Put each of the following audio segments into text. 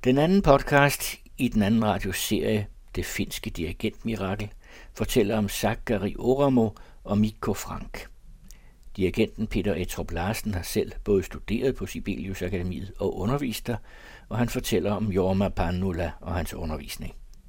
Den anden podcast i den anden radioserie, Det finske dirigentmirakel, fortæller om Sakari Oramo og Mikko Frank. Dirigenten Peter Ettrup Larsen har selv både studeret på Sibelius Akademiet og undervist der, og han fortæller om Jorma Panula og hans undervisning.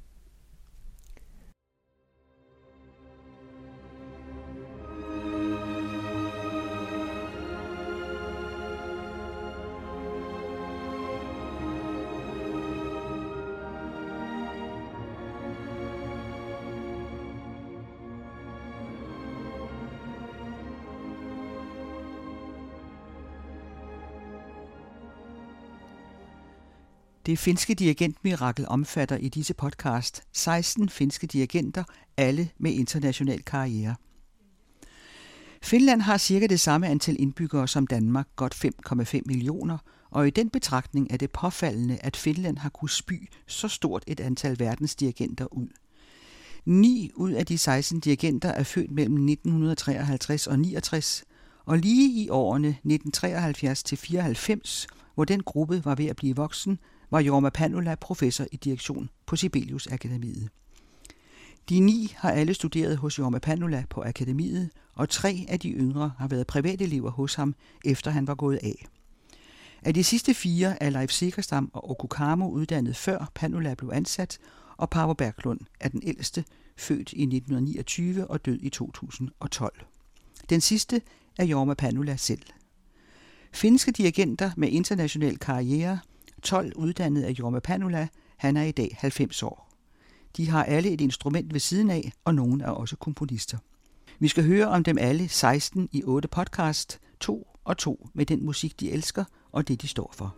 Det finske dirigentmirakel omfatter i disse podcast 16 finske dirigenter, alle med international karriere. Finland har cirka det samme antal indbyggere som Danmark, godt 5,5 millioner, og i den betragtning er det påfaldende, at Finland har kunnet spy så stort et antal verdensdirigenter ud. 9 ud af de 16 dirigenter er født mellem 1953 og 69, og lige i årene 1973 til 94, hvor den gruppe var ved at blive voksen, var Jorma Panula professor i direktion på Sibelius Akademiet. De 9 har alle studeret hos Jorma Panula på akademiet, og 3 af de yngre har været privatelever hos ham, efter han var gået af. Af de sidste 4 er Leif Segerstam og Okko Kamo uddannet før Panula blev ansat, og Paavo Berglund er den ældste, født i 1929 og død i 2012. Den sidste er Jorma Panula selv. Finske dirigenter med international karriere, 12 uddannet af Jorma Panula, han er i dag 90 år. De har alle et instrument ved siden af, og nogle er også komponister. Vi skal høre om dem alle 16 i 8 podcast, 2 og 2 med den musik, de elsker og det, de står for.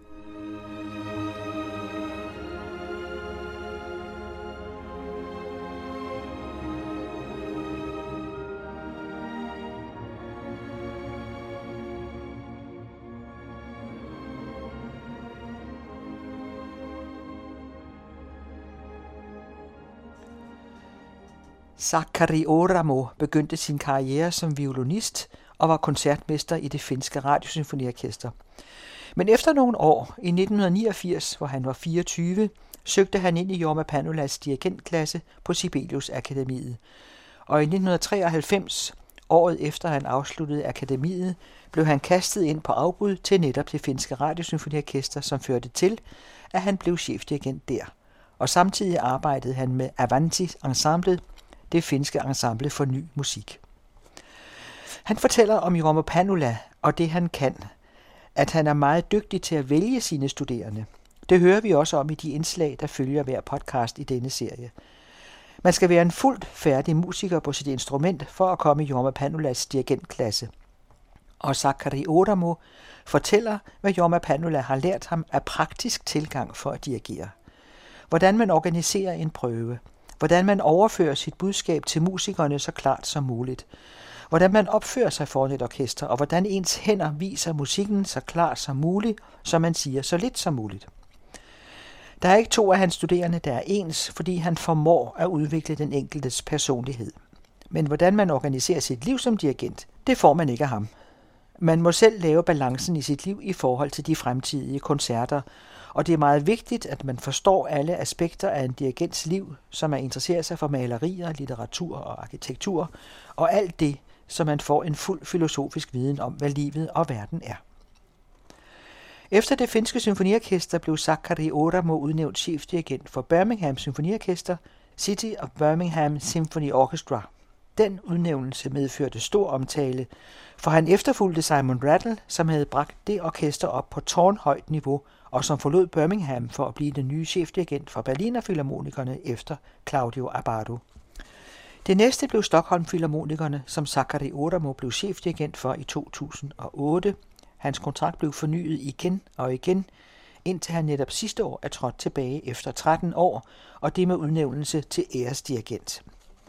Sakari Oramo begyndte sin karriere som violinist og var koncertmester i det finske radiosymfoniorkester. Men efter nogle år, i 1989, hvor han var 24, søgte han ind i Jorma Panulas dirigentklasse på Sibelius Akademiet. Og i 1993, året efter han afsluttede akademiet, blev han kastet ind på afbud til netop det finske radiosymfoniorkester, som førte til, at han blev chefdirigent der. Og samtidig arbejdede han med Avanti-ensemblet, det finske ensemble for ny musik. Han fortæller om Jorma Panula og det han kan, at han er meget dygtig til at vælge sine studerende. Det hører vi også om i de indslag, der følger hver podcast i denne serie. Man skal være en fuldt færdig musiker på sit instrument for at komme i Jorma Panulas dirigentklasse. Og Sakari Oramo fortæller, hvad Jorma Panula har lært ham af praktisk tilgang for at dirigere. Hvordan man organiserer en prøve. Hvordan man overfører sit budskab til musikerne så klart som muligt. Hvordan man opfører sig foran et orkester, og hvordan ens hænder viser musikken så klart som muligt, så man siger så lidt som muligt. Der er ikke 2 af hans studerende, der er ens, fordi han formår at udvikle den enkeltes personlighed. Men hvordan man organiserer sit liv som dirigent, det får man ikke af ham. Man må selv lave balancen i sit liv i forhold til de fremtidige koncerter, og det er meget vigtigt, at man forstår alle aspekter af en dirigents liv, som man interesserer sig for malerier, litteratur og arkitektur, og alt det, så man får en fuld filosofisk viden om, hvad livet og verden er. Efter det finske symfoniorkester blev Sakari Oramo udnævnt chefdirigent for Birmingham Symfoniorkester, City of Birmingham Symphony Orchestra. Den udnævnelse medførte stor omtale, for han efterfulgte Simon Rattle, som havde bragt det orkester op på tårnhøjt niveau, og som forlod Birmingham for at blive den nye chefdirigent for Berliner Filharmonikerne efter Claudio Abbado. Det næste blev Stockholm Filharmonikerne, som Sakari Oramo blev chefdirigent for i 2008. Hans kontrakt blev fornyet igen og igen, indtil han netop sidste år er trådt tilbage efter 13 år, og det med udnævnelse til æresdirigent.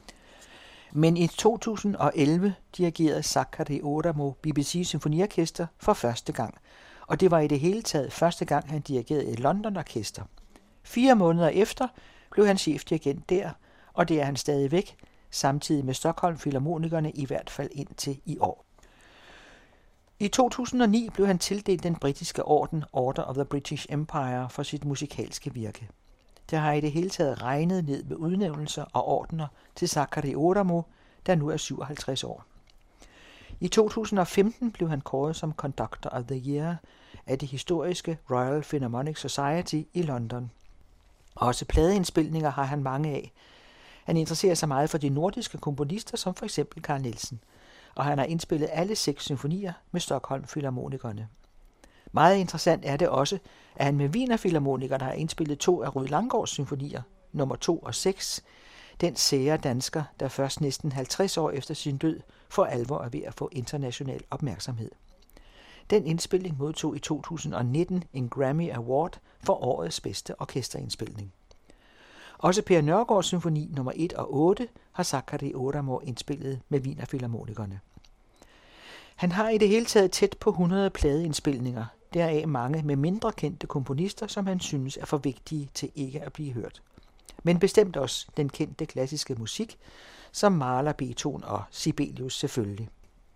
Men i 2011 dirigerede Sakari Oramo BBC Symfoniorkester for første gang, og det var i det hele taget første gang, han dirigerede et London-orkester. 4 måneder efter blev han chefdirigent der, og det er han stadigvæk, samtidig med Stockholm Filharmonikerne i hvert fald indtil i år. I 2009 blev han tildelt den britiske orden Order of the British Empire for sit musikalske virke. Det har i det hele taget regnet ned med udnævnelser og ordener til Sakari Oramo, der nu er 57 år. I 2015 blev han kåret som Conductor of the Year af det historiske Royal Philharmonic Society i London. Også pladeindspilninger har han mange af. Han interesserer sig meget for de nordiske komponister, som for eksempel Carl Nielsen, og han har indspillet alle 6 symfonier med Stockholm Philharmonikerne. Meget interessant er det også, at han med Wiener Philharmonikerne har indspillet 2 af Rud Langgaards symfonier, nummer 2 og 6, den sære dansker, der først næsten 50 år efter sin død for alvor er ved at få international opmærksomhed. Den indspilning modtog i 2019 en Grammy Award for årets bedste orkesterindspilning. Også Per Nørgaards symfoni nummer 1 og 8 har Sakari Oramo indspillet med Wiener Philharmonikerne. Han har i det hele taget tæt på 100 pladeindspilninger, deraf mange med mindre kendte komponister, som han synes er for vigtige til ikke at blive hørt. Men bestemt også den kendte klassiske musik, som Mahler, Beethoven og Sibelius selvfølgelig.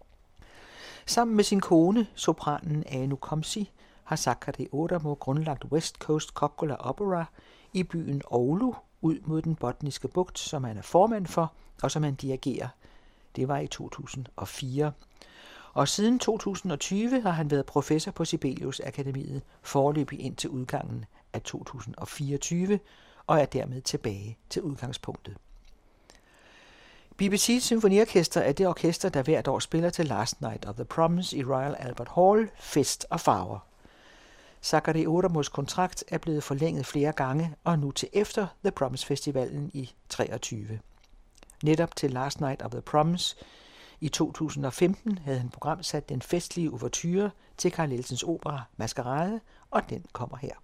Sammen med sin kone, sopranen Anu Komsi, har Sakari Oramo grundlagt West Coast Kokkola Opera i byen Oulu ud mod den Botniske Bugt, som han er formand for og som han dirigerer. Det var i 2004. Og siden 2020 har han været professor på Sibelius Akademiet, foreløbig indtil udgangen af 2024, og er dermed tilbage til udgangspunktet. BBC's Symfoniorkester er det orkester, der hvert år spiller til Last Night of the Proms i Royal Albert Hall, fest og farver. Sakari Oramos kontrakt er blevet forlænget flere gange, og nu til efter The Proms Festivalen i 23. Netop til Last Night of the Proms i 2015 havde han programsat den festlige ouverture til Carl Nielsens opera Maskerade, og den kommer her.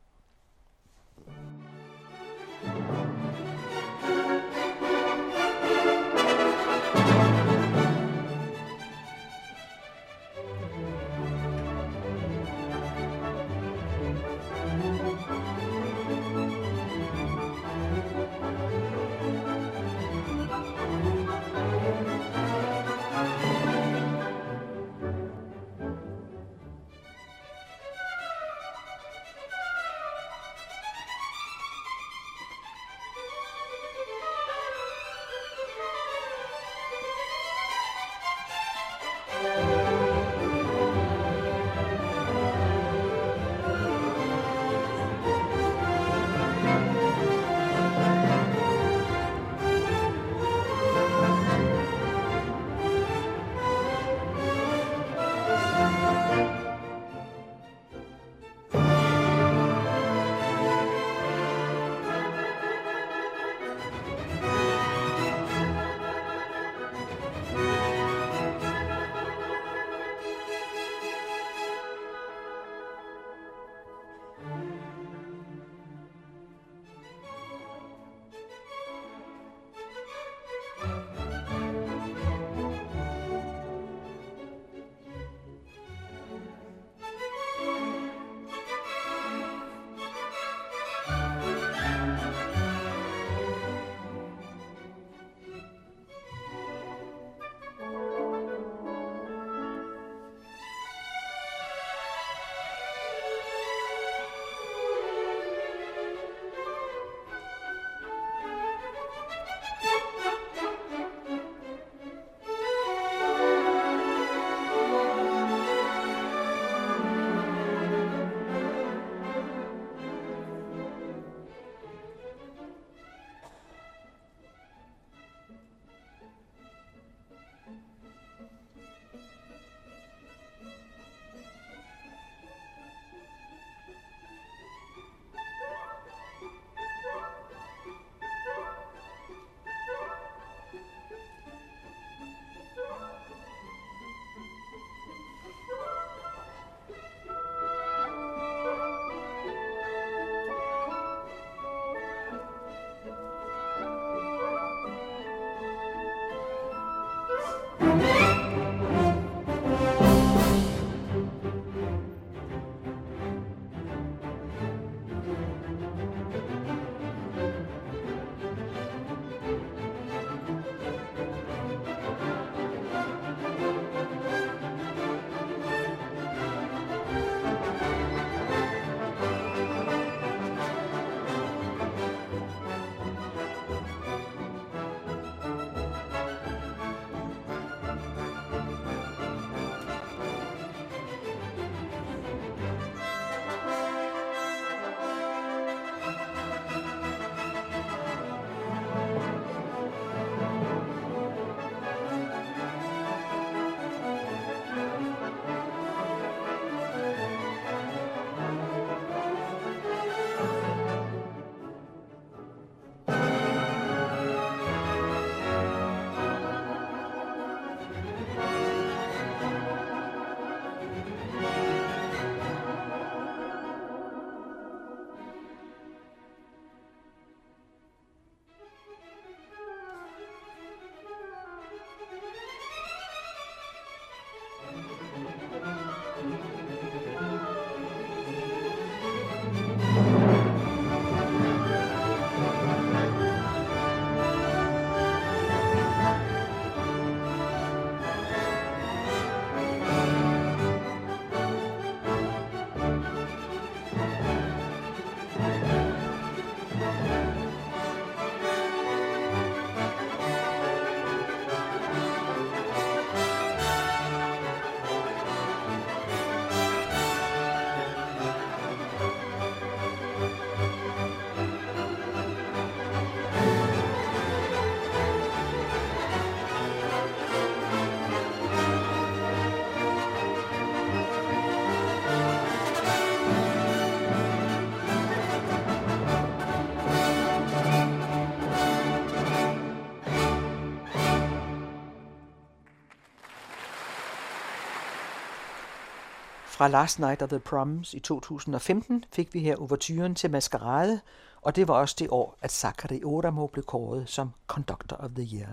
Fra Last Night of the Proms i 2015 fik vi her ouverturen til Maskerade, og det var også det år, at Sakari Oramo blev kåret som Conductor of the Year.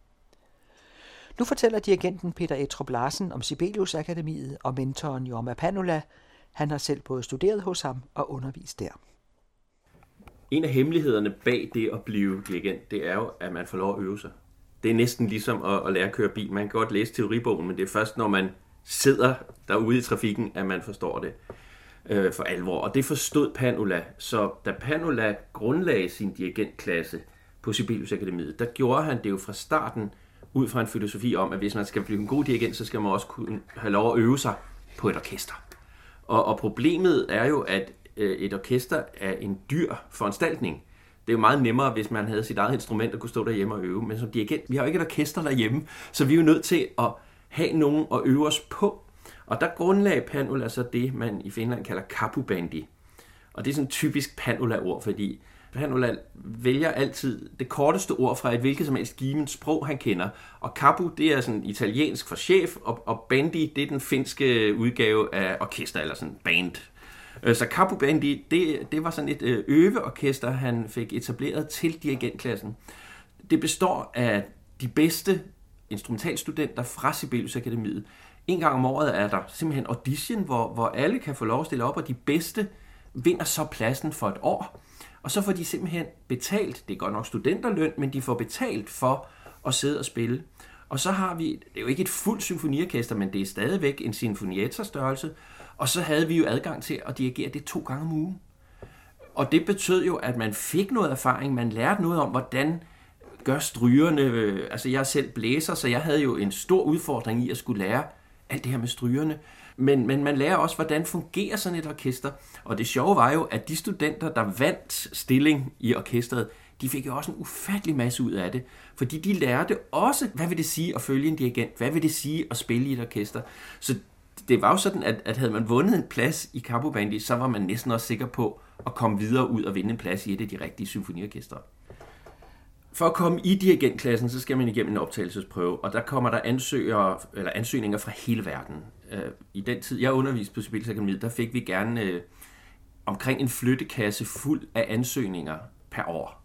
Nu fortæller dirigenten Peter Ettrup Larsen om Sibelius Akademiet og mentoren Jorma Panula. Han har selv både studeret hos ham og undervist der. En af hemmelighederne bag det at blive dirigent, det er jo, at man får lov at øve sig. Det er næsten ligesom at lære at køre bil. Man kan godt læse teoribogen, men det er først, når man sidder derude i trafikken, at man forstår det for alvor. Og det forstod Panula. Så da Panula grundlagde sin dirigentklasse på Sibelius Akademiet, der gjorde han det jo fra starten ud fra en filosofi om, at hvis man skal blive en god dirigent, så skal man også kunne have lov at øve sig på et orkester. Og problemet er jo, at et orkester er en dyr foranstaltning. Det er jo meget nemmere, hvis man havde sit eget instrument og kunne stå derhjemme og øve. Men som dirigent, vi har jo ikke et orkester derhjemme, så vi er jo nødt til at have nogen at øve os på. Og der grundlagde Panula så det, man i Finland kalder kapubandi. Og det er sådan et typisk Panula-ord, fordi Panula vælger altid det korteste ord fra et hvilket som helst givet sprog, han kender. Og kapu, det er sådan italiensk for chef, og bandi, det er den finske udgave af orkester, eller sådan band. Så kapubandi, det var sådan et øveorkester, han fik etableret til dirigentklassen. Det består af de bedste instrumentalstudenter fra Sibelius Akademiet. En gang om året er der simpelthen audition, hvor alle kan få lov at stille op, og de bedste vinder så pladsen for et år. Og så får de simpelthen betalt, det er godt nok studenterløn, men de får betalt for at sidde og spille. Og så har vi, det er jo ikke et fuldt symfoniorkester, men det er stadigvæk en sinfonietta-størrelse. Og så havde vi jo adgang til at dirigere det 2 gange om ugen. Og det betød jo, at man fik noget erfaring, man lærte noget om, hvordan gør strygerne. Altså jeg er selv blæser, så jeg havde jo en stor udfordring i at skulle lære alt det her med strygerne. Men man lærer også, hvordan fungerer sådan et orkester. Og det sjove var jo, at de studenter, der vandt stilling i orkestret, de fik jo også en ufattelig masse ud af det. Fordi de lærte også, hvad vil det sige at følge en dirigent? Hvad vil det sige at spille i et orkester? Så det var jo sådan, at havde man vundet en plads i kapubandi, så var man næsten også sikker på at komme videre ud og vinde en plads i et af de rigtige symfoniorkestre. For at komme i dirigentklassen, så skal man igennem en optagelsesprøve, og der kommer der ansøgninger fra hele verden. I den tid, jeg underviste på Sibelius Akademiet, der fik vi gerne omkring en flyttekasse fuld af ansøgninger per år.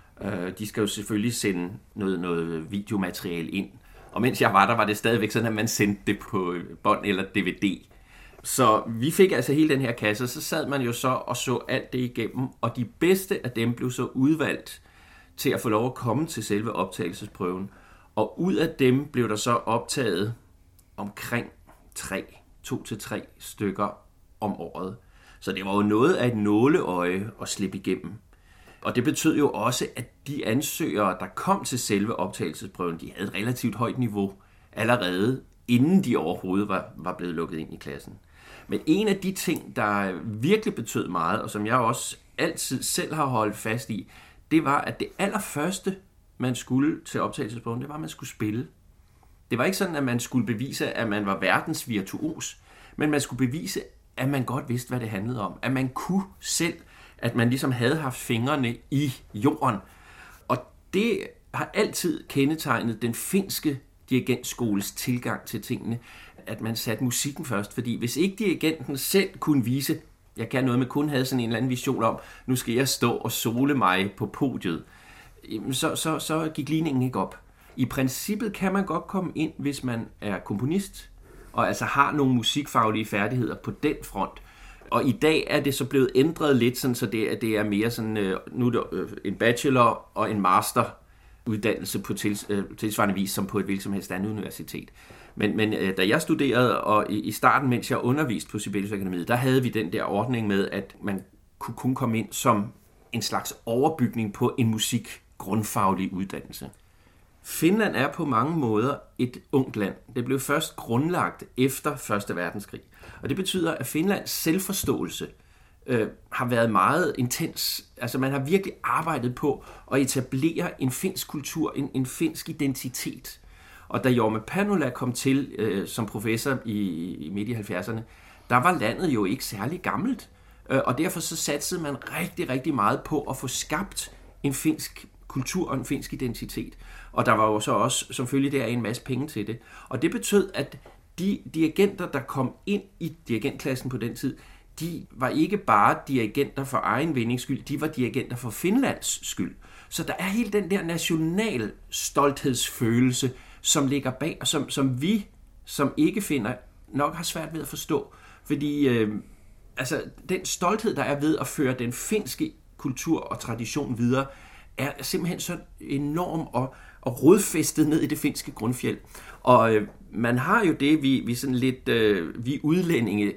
De skal jo selvfølgelig sende noget videomateriale ind, og mens jeg var der, var det stadigvæk sådan, at man sendte det på bånd eller DVD. Så vi fik altså hele den her kasse, og så sad man jo så og så alt det igennem, og de bedste af dem blev så udvalgt til at få lov at komme til selve optagelsesprøven. Og ud af dem blev der så optaget omkring 2-3 stykker om året. Så det var jo noget af et nåleøje at slippe igennem. Og det betød jo også, at de ansøgere, der kom til selve optagelsesprøven, de havde et relativt højt niveau allerede, inden de overhovedet var blevet lukket ind i klassen. Men en af de ting, der virkelig betød meget, og som jeg også altid selv har holdt fast i, det var, at det allerførste, man skulle til optagelsesprøven, det var, at man skulle spille. Det var ikke sådan, at man skulle bevise, at man var verdens virtuos, men man skulle bevise, at man godt vidste, hvad det handlede om. At man kunne selv, at man ligesom havde haft fingrene i jorden. Og det har altid kendetegnet den finske dirigentskoles tilgang til tingene, at man satte musikken først. Fordi hvis ikke dirigenten selv kunne vise, jeg kan noget med kun havde sådan en eller anden vision om, nu skal jeg stå og sole mig på podiet, så gik ligningen ikke op. I princippet kan man godt komme ind, hvis man er komponist, og altså har nogle musikfaglige færdigheder på den front. Og i dag er det så blevet ændret lidt, sådan, så det er mere sådan, nu er det en bachelor og en master uddannelse på tilsvarende vis som på et hvilket som helst andet universitet. Men da jeg studerede, og i starten, mens jeg underviste på Sibelius Akademiet, der havde vi den der ordning med, at man kunne kun komme ind som en slags overbygning på en musikgrundfaglig uddannelse. Finland er på mange måder et ungt land. Det blev først grundlagt efter 1. verdenskrig. Og det betyder, at Finlands selvforståelse har været meget intens. Altså man har virkelig arbejdet på at etablere en finsk kultur, en finsk identitet. Og da Jorma Panula kom til som professor i midt i 70'erne, der var landet jo ikke særlig gammelt. Og derfor så satsede man rigtig, rigtig meget på at få skabt en finsk kultur og en finsk identitet. Og der var jo så også, som følge der, en masse penge til det. Og det betød, at de dirigenter, der kom ind i dirigentklassen på den tid, de var ikke bare dirigenter for egen vindings skyld, de var dirigenter for Finlands skyld. Så der er hele den der national stolthedsfølelse, som ligger bag, og som vi, som ikke finder, nok har svært ved at forstå. Fordi den stolthed, der er ved at føre den finske kultur og tradition videre, er simpelthen så enorm og rodfæstet ned i det finske grundfjeld. Og man har jo det, vi sådan lidt, vi udlændinge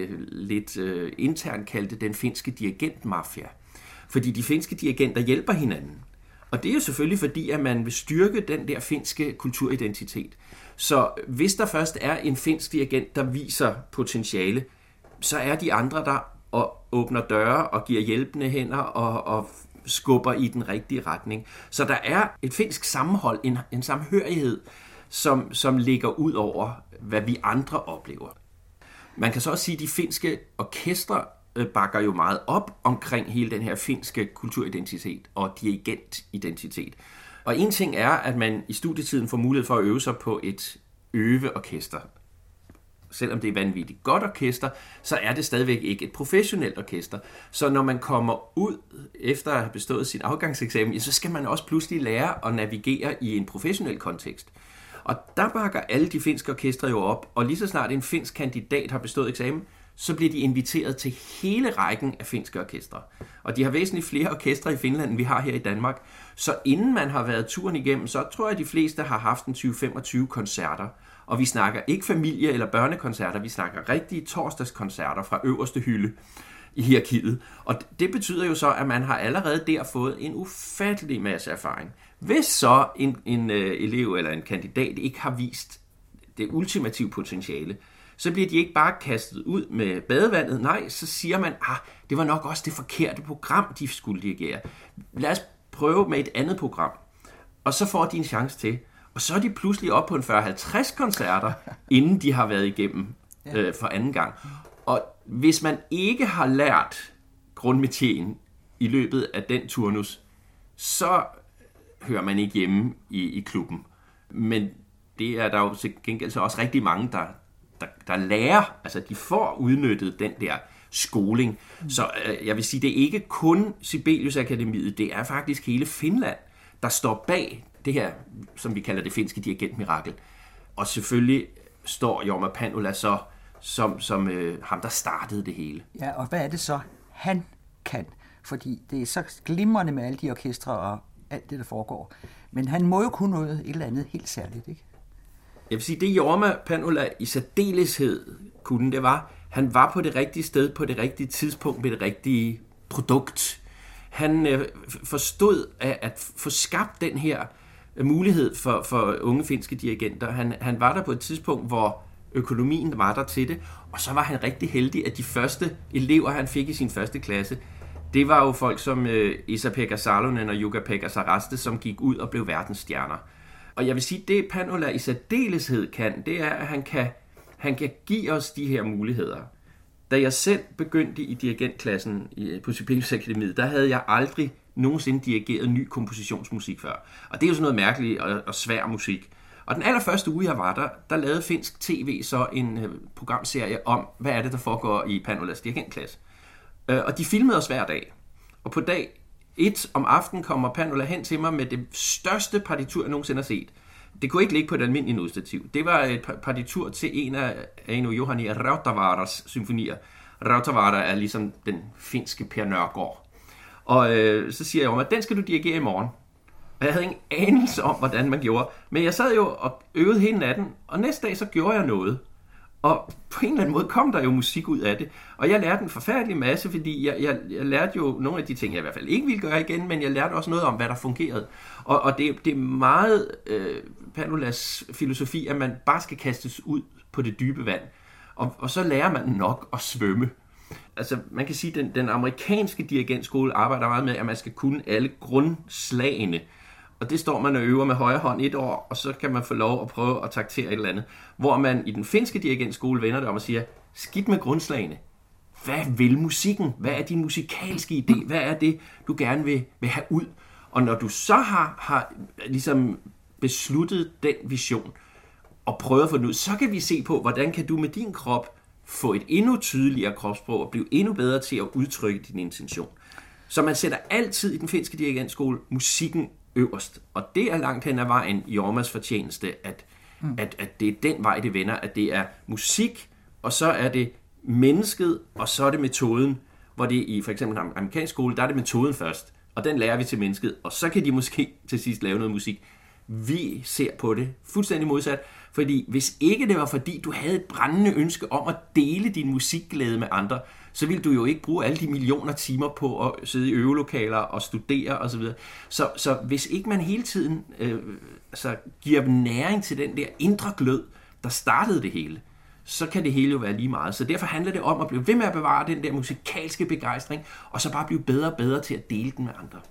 lidt internt kaldte den finske dirigentmafia. Fordi de finske dirigenter hjælper hinanden. Og det er jo selvfølgelig fordi, at man vil styrke den der finske kulturidentitet. Så hvis der først er en finsk dirigent, der viser potentiale, så er de andre der og åbner døre og giver hjælpende hænder og skubber i den rigtige retning. Så der er et finsk sammenhold, en samhørighed, som ligger ud over, hvad vi andre oplever. Man kan så også sige, at de finske orkestre bakker jo meget op omkring hele den her finske kulturidentitet og dirigentidentitet. Og en ting er, at man i studietiden får mulighed for at øve sig på et øveorkester. Selvom det er vanvittigt godt orkester, så er det stadigvæk ikke et professionelt orkester. Så når man kommer ud efter at have bestået sin afgangseksamen, så skal man også pludselig lære at navigere i en professionel kontekst. Og der bakker alle de finske orkestre jo op, og lige så snart en finsk kandidat har bestået eksamen, så bliver de inviteret til hele rækken af finske orkestre. Og de har væsentligt flere orkestre i Finland, end vi har her i Danmark. Så inden man har været turen igennem, så tror jeg, at de fleste har haft en 20-25 koncerter. Og vi snakker ikke familie- eller børnekoncerter, vi snakker rigtige torsdagskoncerter fra øverste hylde i hierarkiet. Og det betyder jo så, at man har allerede der fået en ufattelig masse erfaring. Hvis så en elev eller en kandidat ikke har vist det ultimative potentiale, så bliver de ikke bare kastet ud med badevandet. Nej, så siger man, det var nok også det forkerte program, de skulle dirigere. Lad os prøve med et andet program. Og så får de en chance til. Og så er de pludselig op på en 40-50 koncerter, inden de har været igennem for anden gang. Og hvis man ikke har lært grundmetien i løbet af den turnus, så hører man ikke hjemme i klubben. Men det er der jo til gengæld så også rigtig mange, der lærer, altså de får udnyttet den der skoling. Så jeg vil sige, det er ikke kun Sibelius Akademiet, det er faktisk hele Finland, der står bag det her, som vi kalder det finske dirigentmirakel. Og selvfølgelig står Jorma Panula så som ham, der startede det hele. Ja, og hvad er det så, han kan? Fordi det er så glimrende med alle de orkestre og alt det, der foregår. Men han må jo kunne noget et eller andet helt særligt, ikke? Jeg vil sige, det Jorma Panula i særdeleshed kunne, det var, han var på det rigtige sted, på det rigtige tidspunkt, med det rigtige produkt. Han forstod at få skabt den her mulighed for unge finske dirigenter. Han var der på et tidspunkt, hvor økonomien var der til det, og så var han rigtig heldig, at de første elever, han fik i sin første klasse, det var jo folk som Esa-Pekka Salonen og Jukka-Pekka Saraste, som gik ud og blev verdensstjerner. Og jeg vil sige, det Panula i særdeleshed kan, det er, at han kan give os de her muligheder. Da jeg selv begyndte i dirigentklassen på Sibelius Akademiet, der havde jeg aldrig nogensinde dirigeret ny kompositionsmusik før. Og det er jo sådan noget mærkeligt og svær musik. Og den allerførste uge, jeg var der lavede finsk tv så en programserie om, hvad er det, der foregår i Panulas dirigentklasse. Og de filmede os hver dag. Og på dag 1 om aftenen kommer Panula hen til mig med det største partitur, jeg nogensinde har set. Det kunne ikke ligge på et almindeligt nodstativ. Det var et partitur til en af Eino Juhani Rautavaaras symfonier. Rautavaara er ligesom den finske Per Nørgaard. Og så siger jeg at den skal du dirigere i morgen. Og jeg havde ingen anelse om, hvordan man gjorde. Men jeg sad jo og øvede hele natten, og næste dag så gjorde jeg noget. Og på en eller anden måde kom der jo musik ud af det. Og jeg lærte en forfærdelig masse, fordi jeg lærte jo nogle af de ting, jeg i hvert fald ikke ville gøre igen, men jeg lærte også noget om, hvad der fungerede. Og det er meget Panulas filosofi, at man bare skal kastes ud på det dybe vand. Og så lærer man nok at svømme. Altså man kan sige, at den amerikanske dirigentskole arbejder meget med, at man skal kunne alle grundslagene. Og det står man og øver med højre hånd 1 år, og så kan man få lov at prøve at taktere et eller andet. Hvor man i den finske dirigentskole vender det om og siger, skidt med grundslagene. Hvad vil musikken? Hvad er din musikalske idé? Hvad er det, du gerne vil have ud? Og når du så har ligesom besluttet den vision, og prøve at få det ud, så kan vi se på, hvordan kan du med din krop få et endnu tydeligere kropssprog og blive endnu bedre til at udtrykke din intention. Så man sætter altid i den finske dirigentskole musikken øverst, og det er langt hen ad vejen Jormas fortjeneste, at det er den vej, det vender, at det er musik, og så er det mennesket, og så er det metoden, hvor det i for eksempel en amerikansk skole, der er det metoden først, og den lærer vi til mennesket, og så kan de måske til sidst lave noget musik. Vi ser på det fuldstændig modsat, fordi hvis ikke det var fordi, du havde et brændende ønske om at dele din musikglæde med andre, så ville du jo ikke bruge alle de millioner timer på at sidde i øvelokaler og studere osv. Så hvis ikke man hele tiden giver næring til den der indre glød, der startede det hele, så kan det hele jo være lige meget. Så derfor handler det om at blive ved med at bevare den der musikalske begejstring, og så bare blive bedre og bedre til at dele den med andre.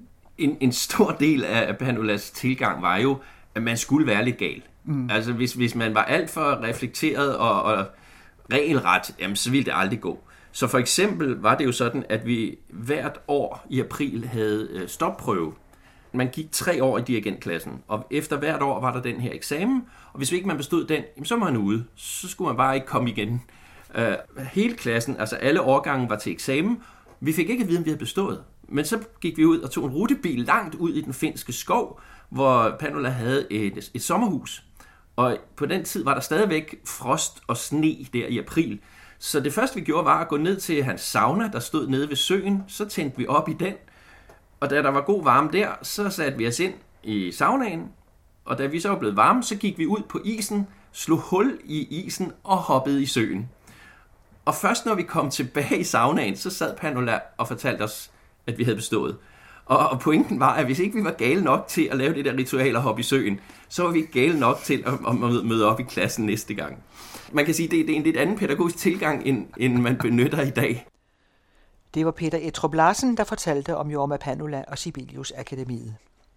En stor del af Panulas tilgang var jo, at man skulle være lidt gal. Altså hvis man var alt for reflekteret og regelret, jamen, så ville det aldrig gå. Så for eksempel var det jo sådan, at vi hvert år i april havde stopprøve. Man gik 3 år i dirigentklassen, og efter hvert år var der den her eksamen, og hvis ikke man bestod den, jamen, så var man ude. Så skulle man bare ikke komme igen. Hele klassen, altså alle årgange var til eksamen. Vi fik ikke at vide, om vi havde bestået. Men så gik vi ud og tog en rutebil langt ud i den finske skov, hvor Panula havde et sommerhus. Og på den tid var der stadigvæk frost og sne der i april. Så det første vi gjorde var at gå ned til hans sauna, der stod nede ved søen. Så tændte vi op i den. Og da der var god varme der, så satte vi os ind i saunaen. Og da vi så var blevet varme, så gik vi ud på isen, slog hul i isen og hoppede i søen. Og først når vi kom tilbage i saunaen, så sad Panula og fortalte os, at vi havde bestået. Og pointen var, at hvis ikke vi var gale nok til at lave det der ritual og hoppe i søen, så var vi ikke gale nok til at møde op i klassen næste gang. Man kan sige, at det er en lidt anden pædagogisk tilgang, end man benytter i dag. Det var Peter Ettrup Larsen, der fortalte om Jorma Panula og Sibelius Akademiet.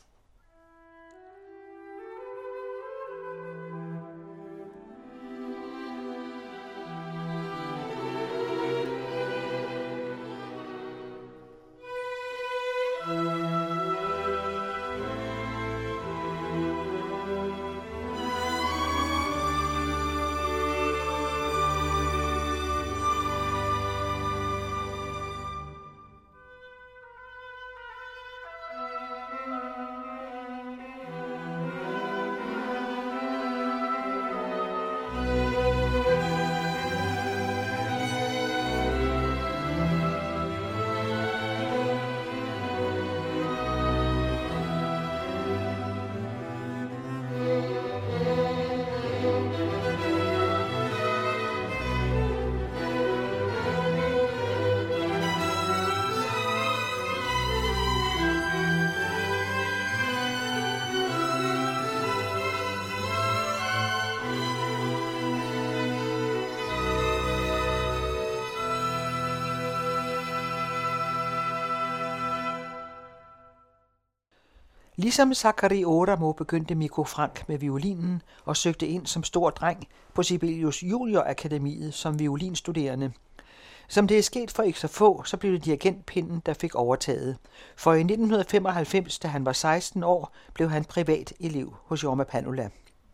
Ligesom Sakari Oramo begyndte Mikko Frank med violinen og søgte ind som stor dreng på Sibelius Junior Akademiet som violinstuderende. Som det er sket for ikke så få, så blev det dirigentpinden, der fik overtaget. For i 1995, da han var 16 år, blev han privat elev hos Jorma Panula.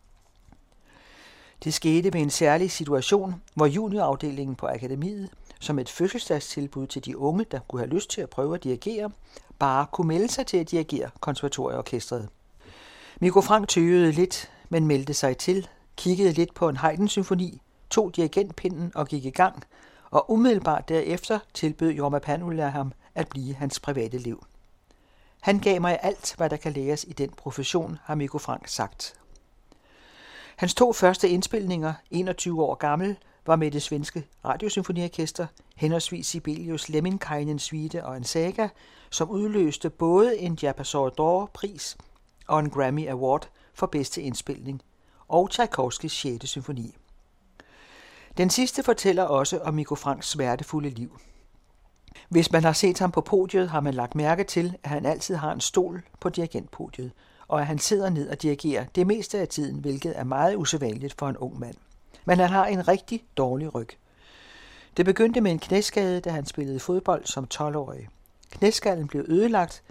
Det skete med en særlig situation, hvor juniorafdelingen på akademiet, som et fødselsdagstilbud til de unge, der kunne have lyst til at prøve at dirigere, bare kunne melde sig til at dirigere konservatorieorkestret. Mikko Frank tøvede lidt, men meldte sig til, kiggede lidt på en Haydn-symfoni, tog dirigentpinden og gik i gang, og umiddelbart derefter tilbød Jorma Panula ham at blive hans private elev. Han gav mig alt, hvad der kan læres i den profession, har Mikko Frank sagt. Hans 2 første indspilninger, 21 år gammel, var med det svenske radiosymfoniorkester, henholdsvis Sibelius Lemminkainen Suite og en saga, som udløste både en Diapason d'Or-pris og en Grammy Award for bedste indspilning, og Tchaikovskys 6. symfoni. Den sidste fortæller også om Mikko Franks smertefulde liv. Hvis man har set ham på podiet, har man lagt mærke til, at han altid har en stol på dirigentpodiet, og at han sidder ned og dirigerer det meste af tiden, hvilket er meget usædvanligt for en ung mand. Men han har en rigtig dårlig ryg. Det begyndte med en knæskade, da han spillede fodbold som 12-årig. Knæskallen blev ødelagt,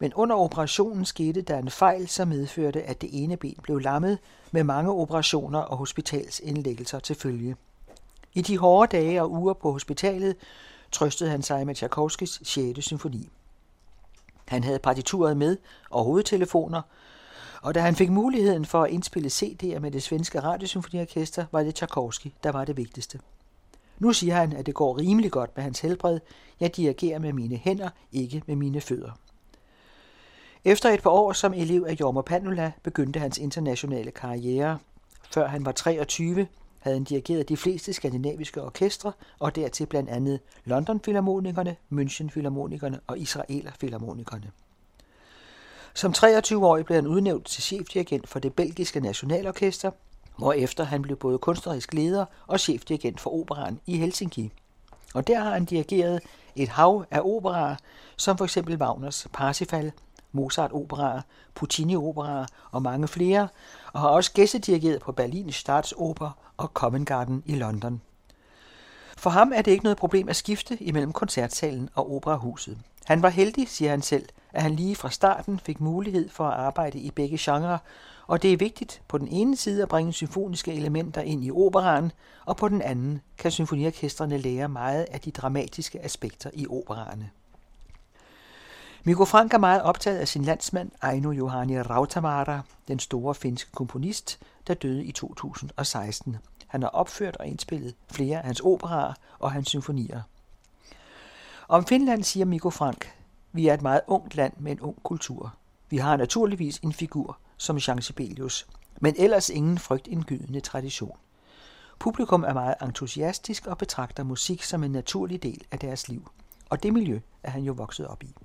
Men under operationen skete der en fejl, som medførte, at det ene ben blev lammet med mange operationer og hospitalsindlæggelser til følge. I de hårde dage og uger på hospitalet trøstede han sig med Tchaikovskys 6. symfoni. Han havde partituret med og hovedtelefoner, og da han fik muligheden for at indspille CD'er med det svenske radiosymfoniorkester, var det Tchaikovsky, der var det vigtigste. Nu siger han, at det går rimelig godt med hans helbred. Jeg dirigerer med mine hænder, ikke med mine fødder. Efter et par år som elev af Jorma Panula begyndte hans internationale karriere. Før han var 23, havde han dirigeret de fleste skandinaviske orkestre, og dertil blandt andet London Filharmonikerne, München Filharmonikerne og Israeler Filharmonikerne. Som 23-årig blev han udnævnt til chefdirigent for det belgiske nationalorkester, hvorefter han blev både kunstnerisk leder og chefdirigent for operaen i Helsinki. Og der har han dirigeret et hav af operaer, som f.eks. Wagners Parsifal, Mozart-operaer, Puccini-operaer og mange flere, og har også gæstedirigeret på Berlins Staatsoper og Covent Garden i London. For ham er det ikke noget problem at skifte imellem koncertsalen og operahuset. Han var heldig, siger han selv, at han lige fra starten fik mulighed for at arbejde i begge genrer, og det er vigtigt på den ene side at bringe symfoniske elementer ind i operaen, og på den anden kan symfoniorkestrene lære meget af de dramatiske aspekter i operaerne. Mikko Frank er meget optaget af sin landsmand Aino Juhani Rautavaara, den store finske komponist, der døde i 2016. Han har opført og indspillet flere af hans operaer og hans symfonier. Om Finland siger Mikko Frank: vi er et meget ungt land med en ung kultur. Vi har naturligvis en figur som Jean Sibelius, men ellers ingen frygtindgydende tradition. Publikum er meget entusiastisk og betragter musik som en naturlig del af deres liv, og det miljø er han jo vokset op i.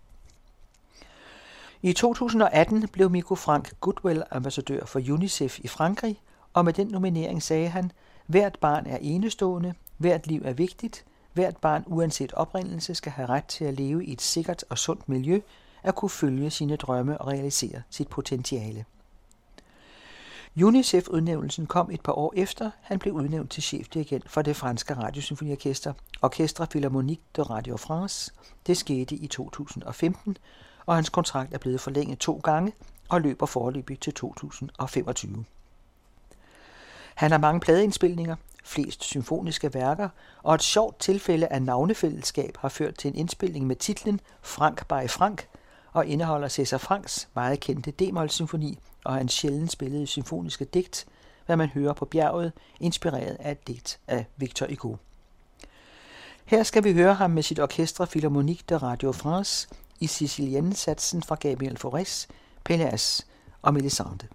I 2018 blev Mikko Frank Goodwill-ambassadør for UNICEF i Frankrig, og med den nominering sagde han: hvert barn er enestående, hvert liv er vigtigt, hvert barn uanset oprindelse skal have ret til at leve i et sikkert og sundt miljø, at kunne følge sine drømme og realisere sit potentiale. UNICEF-udnævnelsen kom et par år efter, han blev udnævnt til chefdirigent for det franske radiosymfoniorkester, Orchestre Philharmonique de Radio France. Det skete i 2015, og hans kontrakt er blevet forlænget 2 gange og løber foreløbig til 2025. Han har mange pladeindspilninger, flest symfoniske værker, og et sjovt tilfælde af navnefællesskab har ført til en indspilning med titlen Frank by Frank, og indeholder César Franks meget kendte D-mol-symfoni og hans sjældent spillede symfoniske digt, hvad man hører på bjerget, inspireret af et digt af Victor Hugo. Her skal vi høre ham med sit Orchestre Philharmonique de Radio France i Sicilienne-satsen fra Gabriel Fauré, Péléas og Mélisande.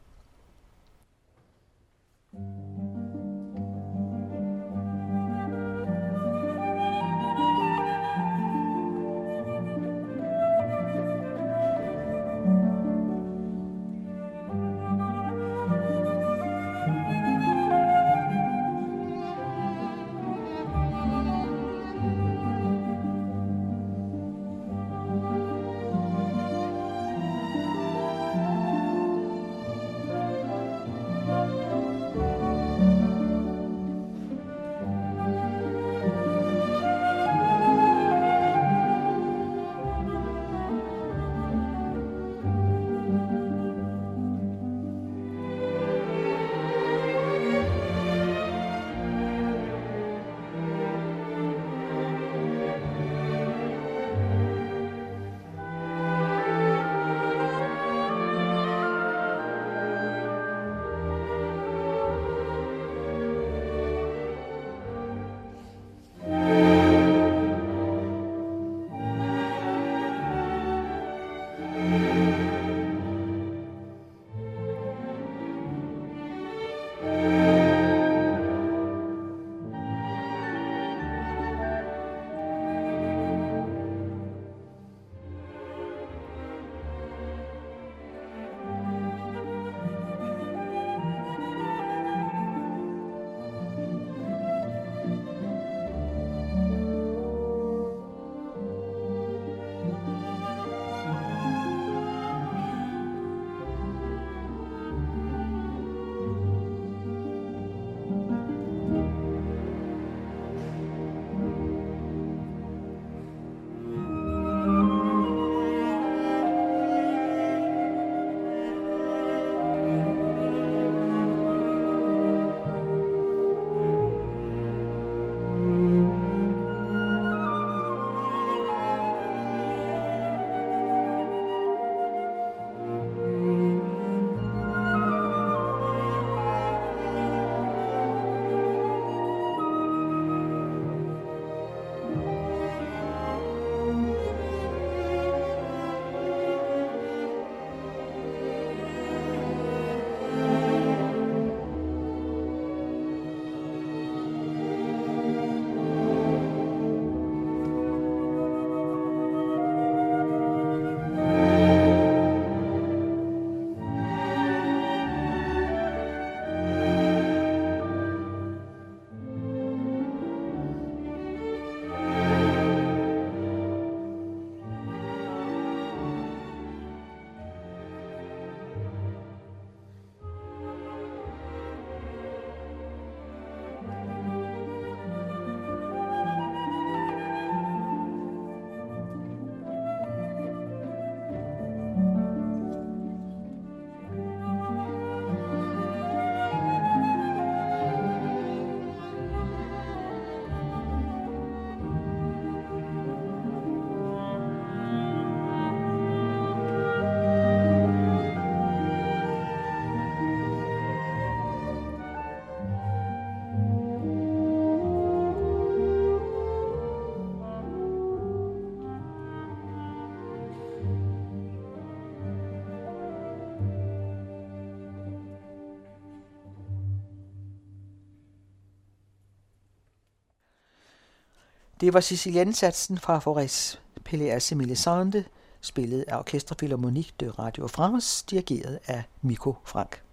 Det var Siciliensatsen fra Faurés Pelléas et Melisande, spillet af Orchestre Philharmonique de Radio France, dirigeret af Mikko Frank.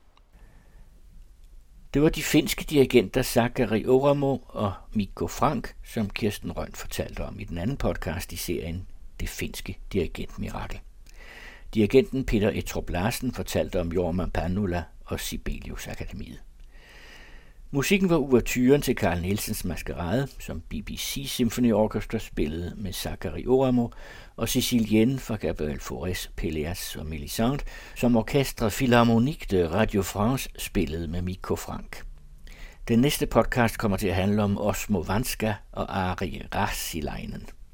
Det var de finske dirigenter Sakari Oramo og Mikko Frank, som Kirsten Røn fortalte om i den anden podcast i serien Det finske dirigentmirakel. Dirigenten Peter Ettrup Larsen fortalte om Jorma Panula og Sibelius Akademiet. Musikken var ouverturen til Carl Nielsens Maskerade, som BBC Symphony Orchestra spillede med Sakari Oramo, og Sicilienne fra Gabriel Faurés Pelléas og Melisande, som Orchestre Philharmonique de Radio France spillede med Mikko Frank. Den næste podcast kommer til at handle om Osmo Vanska og Ari Rassilainen.